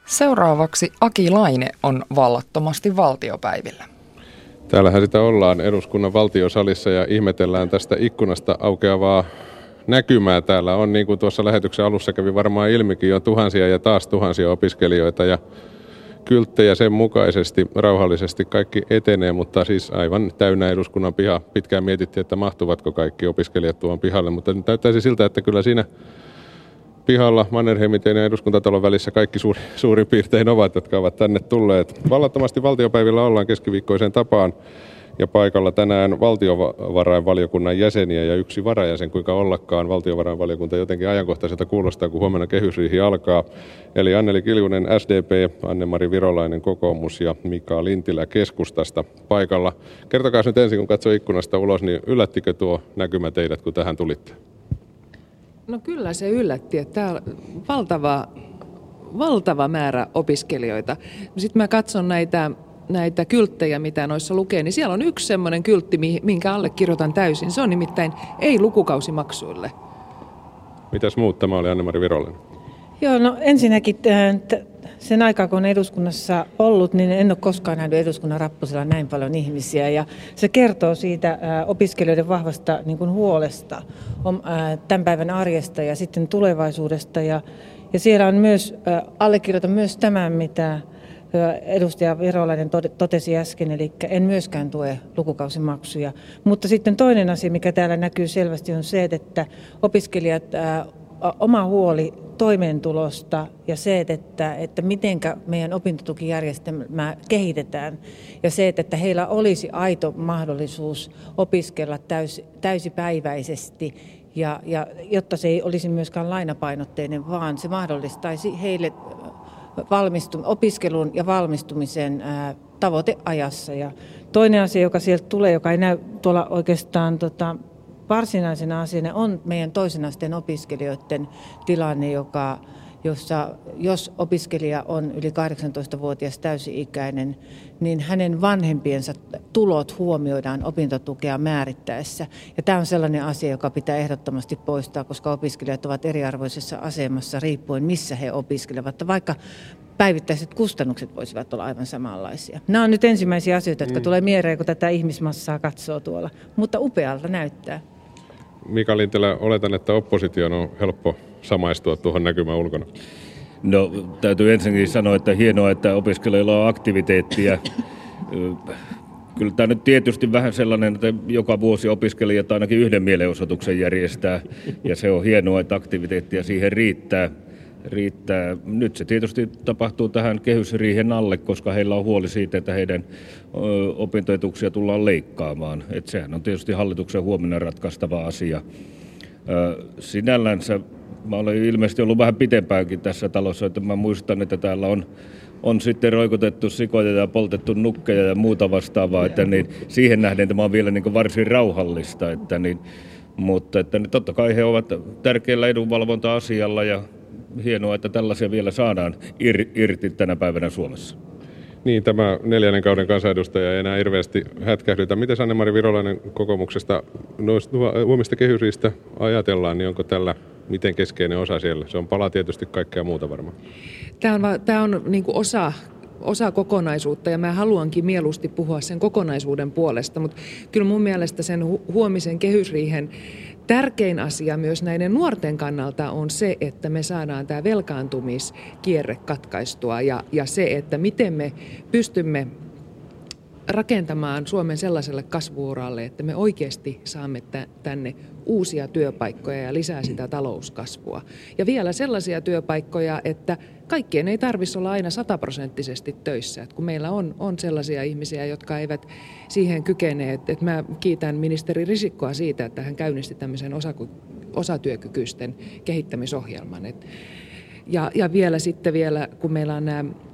Seuraavaksi Aki Laine on vallattomasti valtiopäivillä. Täällähän sitä ollaan eduskunnan valtiosalissa ja ihmetellään tästä ikkunasta aukeavaa näkymää. Täällä on, niin kuin tuossa lähetyksen alussa kävi varmaan ilmikin, jo tuhansia ja taas tuhansia opiskelijoita ja kylttejä sen mukaisesti. Rauhallisesti kaikki etenee, mutta siis aivan täynnä eduskunnan piha. Pitkään mietittiin, että mahtuvatko kaikki opiskelijat tuon pihalle, mutta nyt näyttäisi siltä, että kyllä siinä pihalla Mannerheimin ja eduskuntatalon välissä kaikki suurin piirtein ovat, jotka ovat tänne tulleet. Vallattomasti valtiopäivillä ollaan keskiviikkoiseen tapaan ja paikalla tänään valtiovarainvaliokunnan jäseniä ja yksi varajäsen, kuinka ollakaan valtiovarainvaliokunta jotenkin ajankohtaiselta kuulostaa, kun huomenna kehysriihi alkaa. Eli Anneli Kiljunen SDP, Anne-Mari Virolainen kokoomus ja Mika Lintilä keskustasta paikalla. Kertokaa nyt ensin, kun katsoi ikkunasta ulos, niin yllättikö tuo näkymä teidät, kun tähän tulitte? No kyllä se yllätti, että täällä on valtava määrä opiskelijoita. Sitten mä katson näitä kylttejä, mitä noissa lukee, niin siellä on yksi semmoinen kyltti, minkä allekirjoitan täysin. Se on nimittäin ei lukukausimaksuille. Mitäs muut? Tämä oli Anne-Mari Virolainen. Joo, no ensinnäkin sen aikaa, kun on eduskunnassa ollut, niin en ole koskaan nähnyt eduskunnan rappusilla näin paljon ihmisiä. Ja se kertoo siitä opiskelijoiden vahvasta niin kuin huolesta tämän päivän arjesta ja sitten tulevaisuudesta. Ja siellä on myös, allekirjoitan myös tämän, mitä edustaja Virolainen totesi äsken, eli en myöskään tue lukukausimaksuja. Mutta sitten toinen asia, mikä täällä näkyy selvästi, on se, että opiskelijat oma huoli toimeentulosta ja se, että miten meidän opintotukijärjestelmää kehitetään ja se, että heillä olisi aito mahdollisuus opiskella täysipäiväisesti ja jotta se ei olisi myöskään lainapainotteinen, vaan se mahdollistaisi heille opiskelun ja valmistumisen tavoiteajassa. Ja toinen asia, joka sieltä tulee, joka ei näy tuolla oikeastaan varsinaisena asiana, on meidän toisen asteen opiskelijoiden tilanne, jossa jos opiskelija on yli 18-vuotias täysi-ikäinen, niin hänen vanhempiensa tulot huomioidaan opintotukea määrittäessä. Ja tämä on sellainen asia, joka pitää ehdottomasti poistaa, koska opiskelijat ovat eriarvoisessa asemassa riippuen missä he opiskelevat, vaikka päivittäiset kustannukset voisivat olla aivan samanlaisia. Nämä on nyt ensimmäisiä asioita, jotka tulee mieleen, kun tätä ihmismassaa katsoo tuolla, mutta upealta näyttää. Mika Lintilä, oletan, että opposition on helppo samaistua tuohon näkymään ulkona. No, täytyy ensinnäkin sanoa, että hienoa, että opiskelijoilla on aktiviteettia. Kyllä tämä nyt tietysti vähän sellainen, että joka vuosi opiskelijat ainakin yhden mielenosoituksen järjestää, ja se on hienoa, että aktiviteettia siihen riittää. Nyt se tietysti tapahtuu tähän kehysriihen alle, koska heillä on huoli siitä, että heidän opintoetuksia tullaan leikkaamaan. Että sehän on tietysti hallituksen huomenna ratkaistava asia. Sinällänsä mä olen ilmeisesti ollut vähän pitempäänkin tässä talossa, että mä muistan, että täällä on sitten roikotettu sikoja ja poltettu nukkeja ja muuta vastaavaa, että niin, siihen nähden tämä on vielä niin kuin varsin rauhallista, mutta totta kai he ovat tärkeällä edunvalvonta-asialla ja hienoa, että tällaisia vielä saadaan irti tänä päivänä Suomessa. Niin, tämä 4. kauden kansanedustaja ei enää hirveästi hätkähdytä. Miten Anne-Mari Virolainen kokoomuksesta huomista kehysriihtä ajatellaan, niin onko tällä miten keskeinen osa siellä? Se on pala tietysti kaikkea muuta varmaan. Tämä on niin kuin osa kokonaisuutta ja mä haluankin mieluusti puhua sen kokonaisuuden puolesta, mutta kyllä mun mielestä sen huomisen kehysriihen tärkein asia myös näiden nuorten kannalta on se, että me saadaan tämä velkaantumiskierre katkaistua ja se, että miten me pystymme rakentamaan Suomen sellaiselle kasvu-uralle, että me oikeasti saamme tänne uusia työpaikkoja ja lisää sitä talouskasvua. Ja vielä sellaisia työpaikkoja, että kaikkien ei tarvitse olla aina 100% töissä. Et kun meillä on sellaisia ihmisiä, jotka eivät siihen kykene. Että mä kiitän ministeri Risikkoa siitä, että hän käynnisti tämmöisen osatyökykyisten kehittämisohjelman. Ja vielä kun meillä on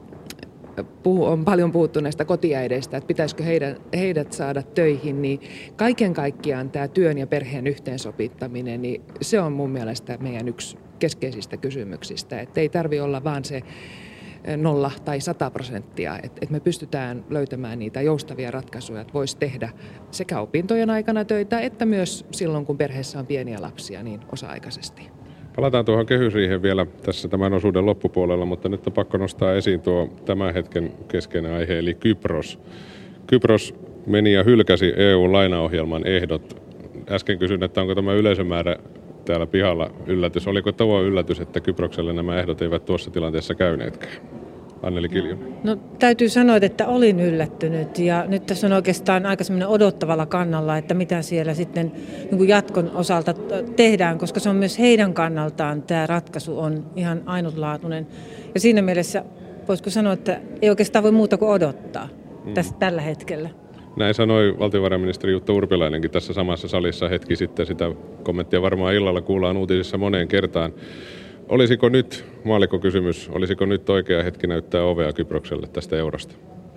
on paljon puhuttu näistä kotiäideistä, että pitäisikö heidät saada töihin, niin kaiken kaikkiaan tämä työn ja perheen yhteensovittaminen, niin se on mun mielestä meidän yksi keskeisistä kysymyksistä, että ei tarvitse olla vaan se 0 tai 100%, että me pystytään löytämään niitä joustavia ratkaisuja, että voisi tehdä sekä opintojen aikana töitä, että myös silloin, kun perheessä on pieniä lapsia, niin osa-aikaisesti. Palataan tuohon kehysriiheen vielä tässä tämän osuuden loppupuolella, mutta nyt on pakko nostaa esiin tuo tämän hetken keskeinen aihe, eli Kypros. Kypros meni ja hylkäsi EU-lainaohjelman ehdot. Äsken kysyin, että onko tämä yleisömäärä täällä pihalla yllätys. Oliko tuo yllätys, että Kyprokselle nämä ehdot eivät tuossa tilanteessa käyneetkään? Anneli Kiljunen. No täytyy sanoa, että olin yllättynyt ja nyt tässä on oikeastaan aika semmoinen odottavalla kannalla, että mitä siellä sitten niin kuin jatkon osalta tehdään, koska se on myös heidän kannaltaan tämä ratkaisu on ihan ainutlaatuinen. Ja siinä mielessä voisiko sanoa, että ei oikeastaan voi muuta kuin odottaa tässä tällä hetkellä. Näin sanoi valtiovarainministeri Jutta Urpilainenkin tässä samassa salissa hetki sitten. Sitä kommenttia varmaan illalla kuullaan uutisissa moneen kertaan. Olisiko nyt, maallikkokysymys, olisiko nyt oikea hetki näyttää ovea Kyprokselle tästä eurosta?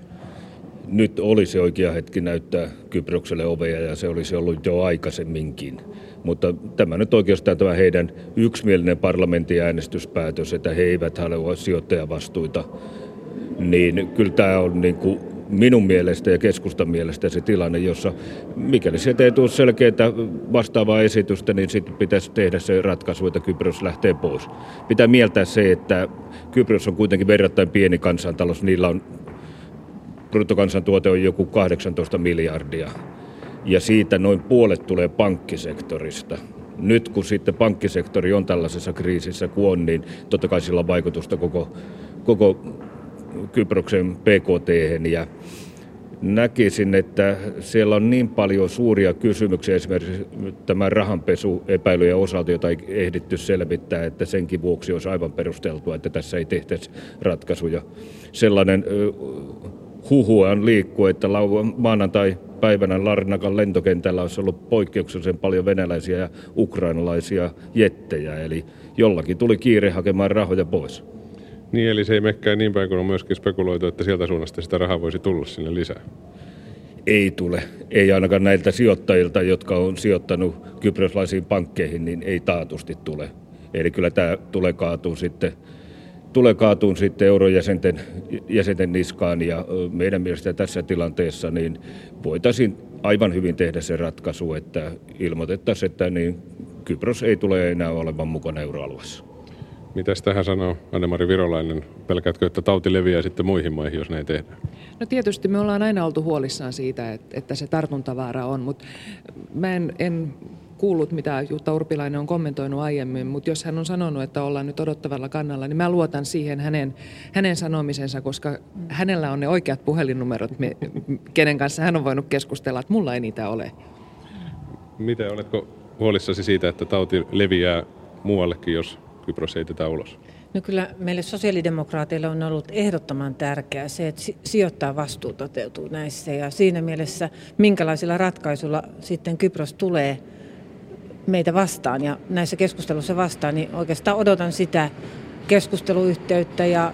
Nyt olisi oikea hetki näyttää Kyprokselle ovea ja se olisi ollut jo aikaisemminkin. Mutta tämä nyt oikeastaan tämä heidän yksimielinen parlamentin äänestyspäätös, että he eivät halua sijoittajavastuita, niin kyllä tämä on niin kuin minun mielestä ja keskustan mielestä se tilanne, jossa mikäli sieltä ei tule selkeää vastaavaa esitystä, niin sitten pitäisi tehdä se ratkaisu, että Kypros lähtee pois. Pitää mieltää se, että Kypros on kuitenkin verrattain pieni kansantalous, niillä on bruttokansantuote on joku 18 miljardia ja siitä noin puolet tulee pankkisektorista. Nyt kun sitten pankkisektori on tällaisessa kriisissä kuin on, niin totta kai sillä on vaikutusta koko Kyproksen PKT:hen ja näkisin, että siellä on niin paljon suuria kysymyksiä esimerkiksi tämän rahanpesuepäilyjen osalta, jota ei ehditty selvittää, että senkin vuoksi olisi aivan perusteltua, että tässä ei tehtäisi ratkaisuja. Sellainen huhua liikkuu, että maanantai-päivänä Larnakan lentokentällä olisi ollut poikkeuksellisen paljon venäläisiä ja ukrainalaisia jettejä, eli jollakin tuli kiire hakemaan rahoja pois. Niin, eli se ei menekään niin päin, kun on myöskin spekuloitu, että sieltä suunnasta sitä rahaa voisi tulla sinne lisää. Ei tule. Ei ainakaan näiltä sijoittajilta, jotka on sijoittanut kyproslaisiin pankkeihin, niin ei taatusti tule. Eli kyllä tämä tulee kaatuun sitten eurojäsenten niskaan ja meidän mielestä tässä tilanteessa niin voitaisiin aivan hyvin tehdä se ratkaisu, että ilmoitettaisiin, että niin Kypros ei tule enää olevan mukana euroalueessa. Mitäs tähän sanoo Anne-Mari Virolainen? Pelkäätkö, että tauti leviää sitten muihin maihin, jos näin tehdään? No tietysti me ollaan aina oltu huolissaan siitä, että se tartuntavaara on, mutta mä en kuullut, mitä Jutta Urpilainen on kommentoinut aiemmin, mutta jos hän on sanonut, että ollaan nyt odottavalla kannalla, niin mä luotan siihen hänen sanomisensa, koska hänellä on ne oikeat puhelinnumerot, kenen kanssa hän on voinut keskustella, että mulla ei niitä ole. Miten oletko huolissasi siitä, että tauti leviää muuallekin, jos Kypros heitetään ulos? No kyllä meille sosiaalidemokraateille on ollut ehdottoman tärkeää se, että sijoittaa vastuu toteutuu näissä ja siinä mielessä minkälaisilla ratkaisuilla sitten Kypros tulee meitä vastaan ja näissä keskusteluissa vastaan, niin oikeastaan odotan sitä keskusteluyhteyttä ja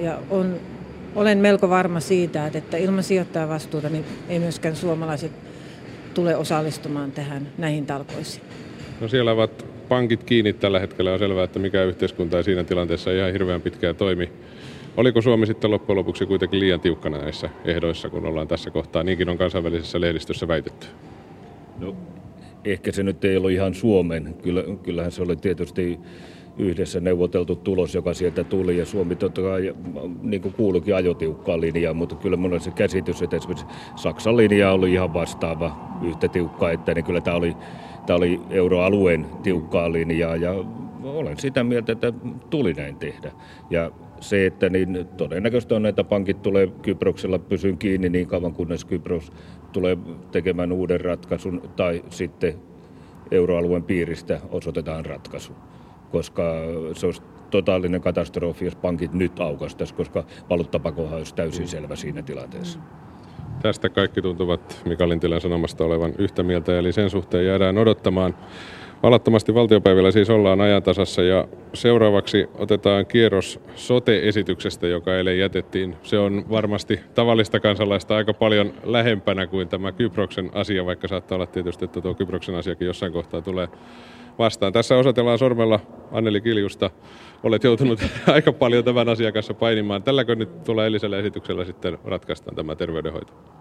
olen melko varma siitä, että ilman sijoittajavastuuta niin ei myöskään suomalaiset tule osallistumaan näihin talkoisiin. No siellä ovat pankit kiinni tällä hetkellä. On selvää, että mikään yhteiskunta ei siinä tilanteessa ihan hirveän pitkään toimi. Oliko Suomi sitten loppujen lopuksi kuitenkin liian tiukkana näissä ehdoissa, kun ollaan tässä kohtaa? Niinkin on kansainvälisessä lehdistössä väitetty. No, ehkä se nyt ei ollut ihan Suomen. Kyllähän se oli tietysti yhdessä neuvoteltu tulos, joka sieltä tuli. Ja Suomi totta kai, niin kuin kuuluikin, ajoi tiukkaa linjaa, mutta kyllä minulla on se käsitys, että esimerkiksi Saksan linja oli ihan vastaava yhtä tiukkaa, että niin kyllä tämä oli euroalueen tiukkaa linjaa ja olen sitä mieltä, että tuli näin tehdä. Ja se, että niin todennäköisesti on, että pankit tulee Kyproksella pysyyn kiinni niin kauan, kunnes Kypros tulee tekemään uuden ratkaisun tai sitten euroalueen piiristä osoitetaan ratkaisu. Koska se olisi totaalinen katastrofi, jos pankit nyt aukaistaisiin, koska valuuttapakohan olisi täysin selvä siinä tilanteessa. Tästä kaikki tuntuvat Mika Lintilän sanomasta olevan yhtä mieltä, eli sen suhteen jäädään odottamaan. Vallattomasti valtiopäivillä siis ollaan ajantasassa ja seuraavaksi otetaan kierros sote-esityksestä, joka eilen jätettiin. Se on varmasti tavallista kansalaista aika paljon lähempänä kuin tämä Kyproksen asia, vaikka saattaa olla tietysti, että tuo Kyproksen asiakin jossain kohtaa tulee vastaan. Tässä osoitellaan sormella Anneli Kiljusta. Olet joutunut aika paljon tämän asian kanssa painimaan. Tälläkö nyt tulee edellisellä esityksellä sitten ratkaistaan tämä terveydenhoito?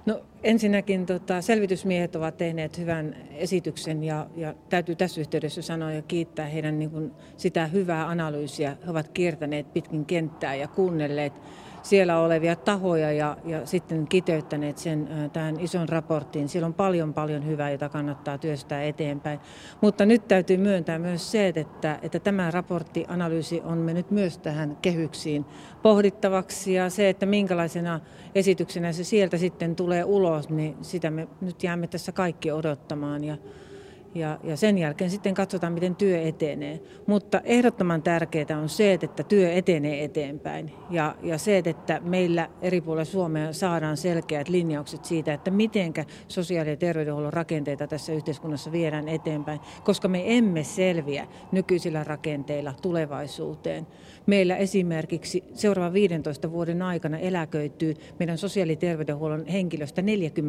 No ensinnäkin selvitysmiehet ovat tehneet hyvän esityksen ja täytyy tässä yhteydessä sanoa ja kiittää heidän niin kuin sitä hyvää analyysiä. He ovat kiertäneet pitkin kenttää ja kuunnelleet siellä olevia tahoja ja sitten kiteyttäneet sen tähän ison raporttiin. Siellä on paljon hyvää, jota kannattaa työstää eteenpäin. Mutta nyt täytyy myöntää myös se, että tämä raporttianalyysi on mennyt myös tähän kehyksiin pohdittavaksi. Ja se, että minkälaisena esityksenä se sieltä sitten tulee ulos, niin sitä me nyt jäämme tässä kaikki odottamaan. Ja sen jälkeen sitten katsotaan, miten työ etenee. Mutta ehdottoman tärkeää on se, että työ etenee eteenpäin. Ja se, että meillä eri puolilla Suomea saadaan selkeät linjaukset siitä, että mitenkä sosiaali- ja terveydenhuollon rakenteita tässä yhteiskunnassa viedään eteenpäin. Koska me emme selviä nykyisillä rakenteilla tulevaisuuteen. Meillä esimerkiksi seuraavan 15 vuoden aikana eläköityy meidän sosiaali- ja terveydenhuollon henkilöstä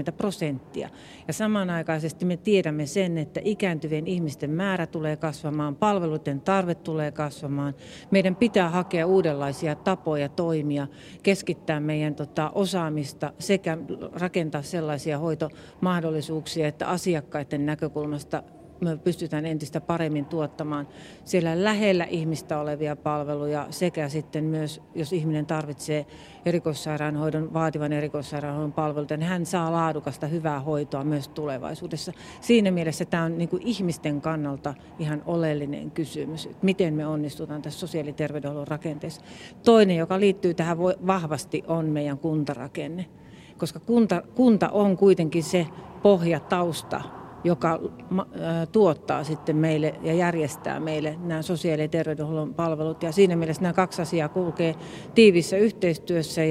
40%. Ja samanaikaisesti me tiedämme sen, että ikääntyvien ihmisten määrä tulee kasvamaan, palveluiden tarve tulee kasvamaan. Meidän pitää hakea uudenlaisia tapoja toimia, keskittää meidän osaamista sekä rakentaa sellaisia hoitomahdollisuuksia, että asiakkaiden näkökulmasta me pystytään entistä paremmin tuottamaan siellä lähellä ihmistä olevia palveluja sekä sitten myös, jos ihminen tarvitsee vaativan erikoissairaanhoidon palveluita, niin hän saa laadukasta hyvää hoitoa myös tulevaisuudessa. Siinä mielessä tämä on niin kuin ihmisten kannalta ihan oleellinen kysymys, että miten me onnistutaan tässä sosiaali- ja terveydenhuollon rakenteessa. Toinen, joka liittyy tähän vahvasti, on meidän kuntarakenne, koska kunta on kuitenkin se pohjatausta, joka tuottaa sitten meille ja järjestää meille nämä sosiaali- ja terveydenhuollon palvelut. Ja siinä mielessä nämä kaksi asiaa kulkee tiiviissä yhteistyössä,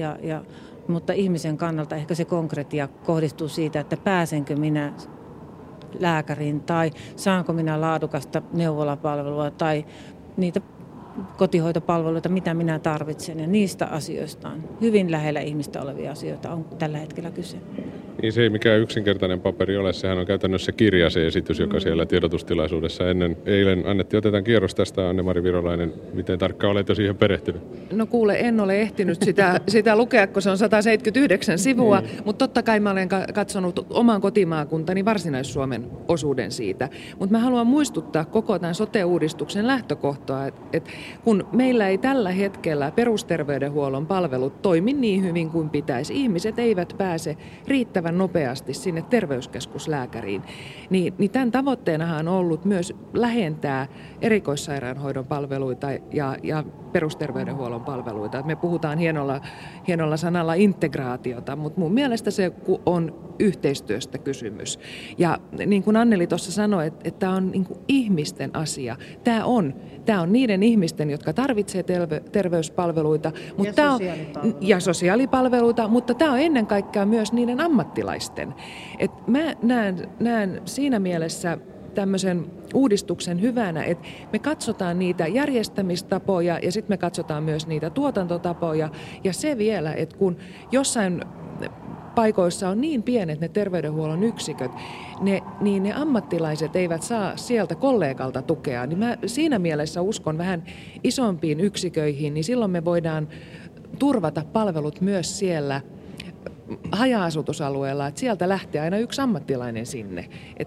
mutta ihmisen kannalta ehkä se konkretia kohdistuu siitä, että pääsenkö minä lääkäriin tai saanko minä laadukasta neuvolapalvelua tai niitä kotihoitopalveluita, mitä minä tarvitsen. Ja niistä asioista on hyvin lähellä ihmistä olevia asioita on tällä hetkellä kyse. Niin se ei mikään yksinkertainen paperi ole. Sehän on käytännössä kirja se esitys, joka siellä tiedotustilaisuudessa eilen annettiin. Otetaan kierros tästä, Anne-Mari Virolainen. Miten tarkkaan olet jo siihen perehtynyt? No kuule, en ole ehtinyt sitä lukea, kun se on 179 sivua, mutta totta kai mä olen katsonut oman kotimaakuntani Varsinais-Suomen osuuden siitä. Mutta mä haluan muistuttaa koko tämän sote-uudistuksen lähtökohtaa, että kun meillä ei tällä hetkellä perusterveydenhuollon palvelut toimi niin hyvin kuin pitäisi, ihmiset eivät pääse riittävän nopeasti sinne terveyskeskuslääkäriin, niin tämän tavoitteenahan on ollut myös lähentää erikoissairaanhoidon palveluita ja perusterveydenhuollon palveluita. Me puhutaan hienolla sanalla integraatiota, mutta mun mielestä se on yhteistyöstä kysymys. Ja niin kuin Anneli tuossa sanoi, että tämä on niin kuin ihmisten asia. Tämä on niiden ihmisten, jotka tarvitsevat terveyspalveluita ja sosiaalipalveluita, mutta tämä on ennen kaikkea myös niiden ammattilaisten. Et mä näen siinä mielessä tämmöisen uudistuksen hyvänä, että me katsotaan niitä järjestämistapoja ja sitten me katsotaan myös niitä tuotantotapoja. Ja se vielä, että kun jossain paikoissa on niin pienet ne terveydenhuollon yksiköt, niin ne ammattilaiset eivät saa sieltä kollegalta tukea. Niin mä siinä mielessä uskon vähän isompiin yksiköihin, niin silloin me voidaan turvata palvelut myös siellä haja-asutusalueella, että sieltä lähtee aina yksi ammattilainen sinne.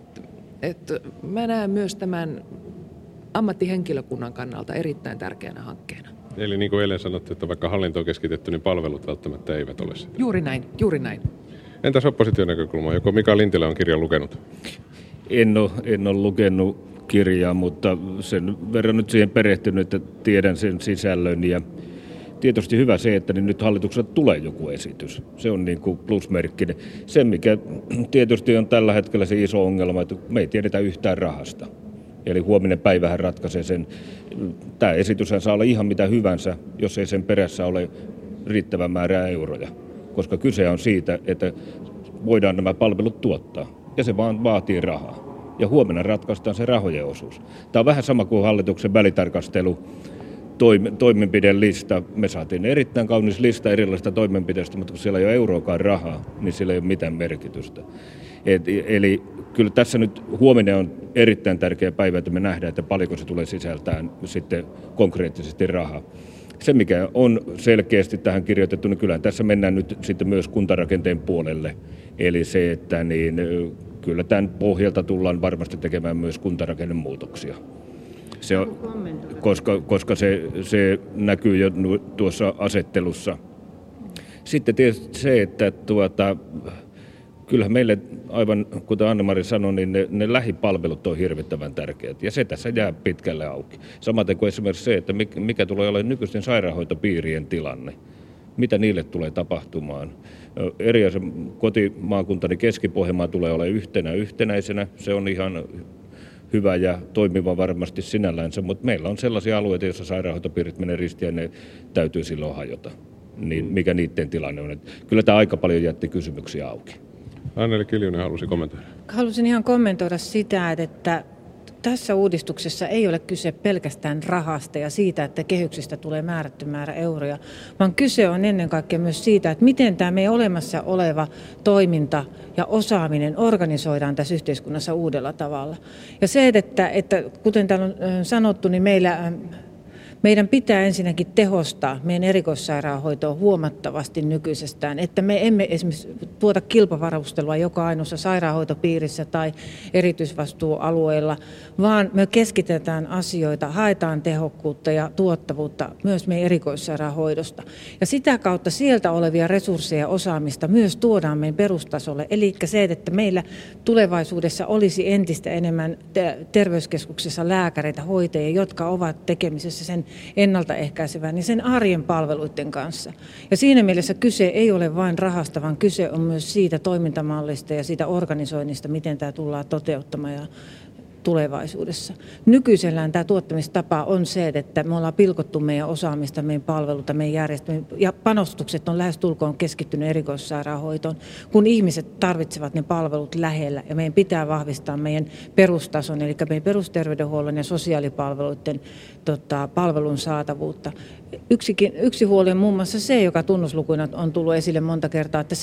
Mä näen myös tämän ammattihenkilökunnan kannalta erittäin tärkeänä hankkeena. Eli niin kuin eilen sanottiin, että vaikka hallinto on keskitetty, niin palvelut välttämättä eivät ole sitä. Juuri näin. Entäs opposition näkökulma? Joko Mika Lintilä on kirjan lukenut? En ole lukenut kirjaa, mutta sen verran nyt siihen perehtynyt, että tiedän sen sisällön. Ja tietysti hyvä se, että nyt hallitukselle tulee joku esitys. Se on niin kuin plusmerkkinen. Se, mikä tietysti on tällä hetkellä se iso ongelma, että me ei tiedetä yhtään rahasta. Eli huominen päivähän ratkaisee sen. Tämä esityshän saa olla ihan mitä hyvänsä, jos ei sen perässä ole riittävän määrää euroja. Koska kyse on siitä, että voidaan nämä palvelut tuottaa. Ja se vaan vaatii rahaa. Ja huomenna ratkaistaan se rahojen osuus. Tämä on vähän sama kuin hallituksen välitarkastelu. Toimenpidelista. Me saatiin erittäin kaunis lista erilaisista toimenpiteistä, mutta kun siellä ei ole euroakaan rahaa, niin sillä ei ole mitään merkitystä. Eli kyllä tässä nyt huomenna on erittäin tärkeä päivä, että me nähdään, että paljonko se tulee sisältään sitten konkreettisesti rahaa. Se, mikä on selkeästi tähän kirjoitettu, niin kyllähän tässä mennään nyt sitten myös kuntarakenteen puolelle. Eli se, että niin, kyllä tämän pohjalta tullaan varmasti tekemään myös kuntarakennemuutoksia. Se on, koska se näkyy jo tuossa asettelussa. Sitten tietysti se, että kyllähän meille, aivan kuten Anne-Mari sanoi, niin ne lähipalvelut on hirvittävän tärkeät, ja se tässä jää pitkälle auki. Samaten kuin esimerkiksi se, että mikä tulee olemaan nykyisten sairaanhoitopiirien tilanne, mitä niille tulee tapahtumaan. Eri kotimaakuntani Keski-Pohjanmaa tulee olemaan yhtenäisenä, se on ihan hyvä ja toimiva varmasti sinällänsä, mutta meillä on sellaisia alueita, joissa sairaanhoitopiirit menee ristiin ja ne täytyy silloin hajota. Niin mikä niiden tilanne on. Että kyllä tämä aika paljon jätti kysymyksiä auki. Anneli Kiljunen halusi kommentoida. Halusin ihan kommentoida sitä, että tässä uudistuksessa ei ole kyse pelkästään rahasta ja siitä, että kehyksistä tulee määrätty määrä euroja, vaan kyse on ennen kaikkea myös siitä, että miten tämä meidän olemassa oleva toiminta ja osaaminen organisoidaan tässä yhteiskunnassa uudella tavalla. Ja se, että kuten täällä on sanottu, niin meidän pitää ensinnäkin tehostaa meidän erikoissairaanhoitoa huomattavasti nykyisestään, että me emme esimerkiksi tuota kilpavarustelua joka ainoassa sairaanhoitopiirissä tai erityisvastuualueella, vaan me keskitetään asioita, haetaan tehokkuutta ja tuottavuutta myös meidän erikoissairaanhoidosta. Ja sitä kautta sieltä olevia resursseja ja osaamista myös tuodaan meidän perustasolle. Eli se, että meillä tulevaisuudessa olisi entistä enemmän terveyskeskuksessa lääkäreitä, hoitajia, jotka ovat tekemisessä sen ennaltaehkäisevän niin sen arjen palveluiden kanssa. Ja siinä mielessä kyse ei ole vain rahasta, vaan kyse on myös siitä toimintamallista ja siitä organisoinnista, miten tämä tullaan toteuttamaan ja tulevaisuudessa. Nykyisellään tämä tuottamistapa on se, että me ollaan pilkottu meidän osaamista, meidän palveluita, meidän järjestelmiä ja panostukset on lähestulkoon keskittynyt erikoissairaanhoitoon, kun ihmiset tarvitsevat ne palvelut lähellä ja meidän pitää vahvistaa meidän perustason, eli meidän perusterveydenhuollon ja sosiaalipalveluiden palvelun saatavuutta. Yksi huoli on muun muassa se, joka tunnuslukuina on tullut esille monta kertaa, että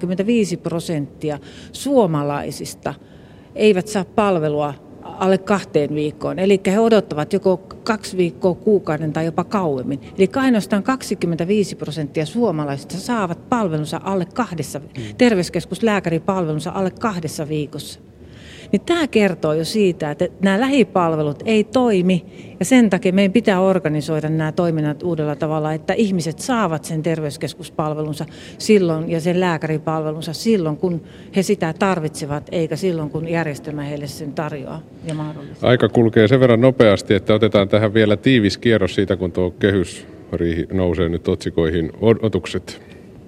75% suomalaisista eivät saa palvelua alle 2 viikkoon. Eli he odottavat joko 2 viikkoa, kuukauden tai jopa kauemmin. Eli ainoastaan 25% suomalaisista saavat palvelunsa alle 2, terveyskeskuslääkäripalvelunsa alle 2 viikossa. Niin tämä kertoo jo siitä, että nämä lähipalvelut ei toimi ja sen takia meidän pitää organisoida nämä toiminnat uudella tavalla, että ihmiset saavat sen terveyskeskuspalvelunsa silloin ja sen lääkäripalvelunsa silloin, kun he sitä tarvitsevat, eikä silloin, kun järjestelmä heille sen tarjoaa ja mahdollistaa. Aika kulkee sen verran nopeasti, että otetaan tähän vielä tiivis kierros siitä, kun tuo kehysriihi nousee nyt otsikoihin. Odotukset.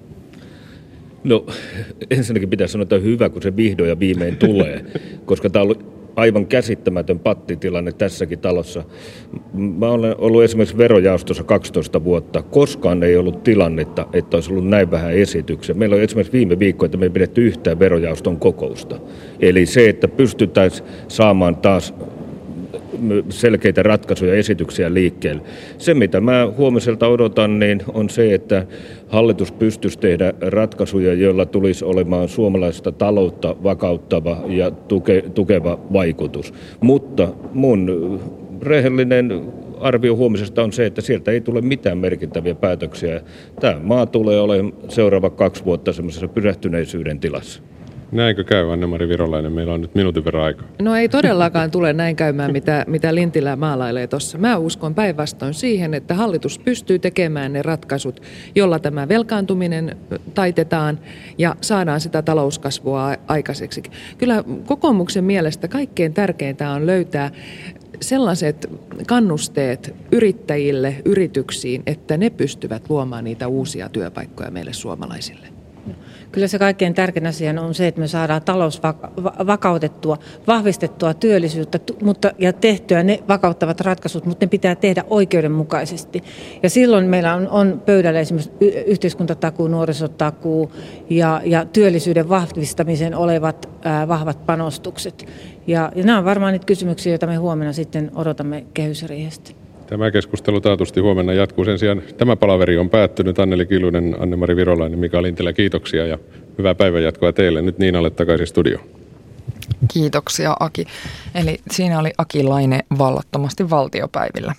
No ensinnäkin pitää sanoa, että on hyvä, kun se vihdoin ja viimein tulee, koska tämä on ollut aivan käsittämätön pattitilanne tässäkin talossa. Mä olen ollut esimerkiksi verojaostossa 12 vuotta. Koskaan ei ollut tilannetta, että olisi ollut näin vähän esityksiä. Meillä on esimerkiksi viime viikko, että me ei pidetty yhtään verojaoston kokousta. Eli se, että pystyttäisiin saamaan taas selkeitä ratkaisuja ja esityksiä liikkeelle. Se, mitä mä huomiselta odotan, niin on se, että hallitus pystyisi tehdä ratkaisuja, joilla tulisi olemaan suomalaista taloutta vakauttava ja tukeva vaikutus. Mutta mun rehellinen arvio huomisesta on se, että sieltä ei tule mitään merkittäviä päätöksiä. Tämä maa tulee olemaan seuraavat 2 vuotta semmoisessa pysähtyneisyyden tilassa. Näinkö käy, Anne-Mari Virolainen? Meillä on nyt minuutin verran aikaa. No ei todellakaan tule näin käymään, mitä Lintilä maalailee tuossa. Mä uskon päinvastoin siihen, että hallitus pystyy tekemään ne ratkaisut, jolla tämä velkaantuminen taitetaan ja saadaan sitä talouskasvua aikaiseksi. Kyllä kokoomuksen mielestä kaikkein tärkeintä on löytää sellaiset kannusteet yrittäjille, yrityksiin, että ne pystyvät luomaan niitä uusia työpaikkoja meille suomalaisille. Kyllä se kaikkein tärkein asia on se, että me saadaan talous vakautettua, vahvistettua työllisyyttä ja tehtyä ne vakauttavat ratkaisut, mutta ne pitää tehdä oikeudenmukaisesti. Ja silloin meillä on pöydällä esimerkiksi yhteiskuntatakuu, nuorisotakuu ja työllisyyden vahvistamisen olevat vahvat panostukset. Ja nämä on varmaan niitä kysymyksiä, joita me huomenna sitten odotamme kehysriihestä. Tämä keskustelu taatusti huomenna jatkuu. Sen sijaan tämä palaveri on päättynyt. Anneli Kiljunen, Anne-Mari Virolainen, Mika Lintilä, kiitoksia ja hyvää päivänjatkoa teille. Nyt Niinalle takaisin studioon. Kiitoksia Aki. Eli siinä oli Aki Laine vallattomasti valtiopäivillä.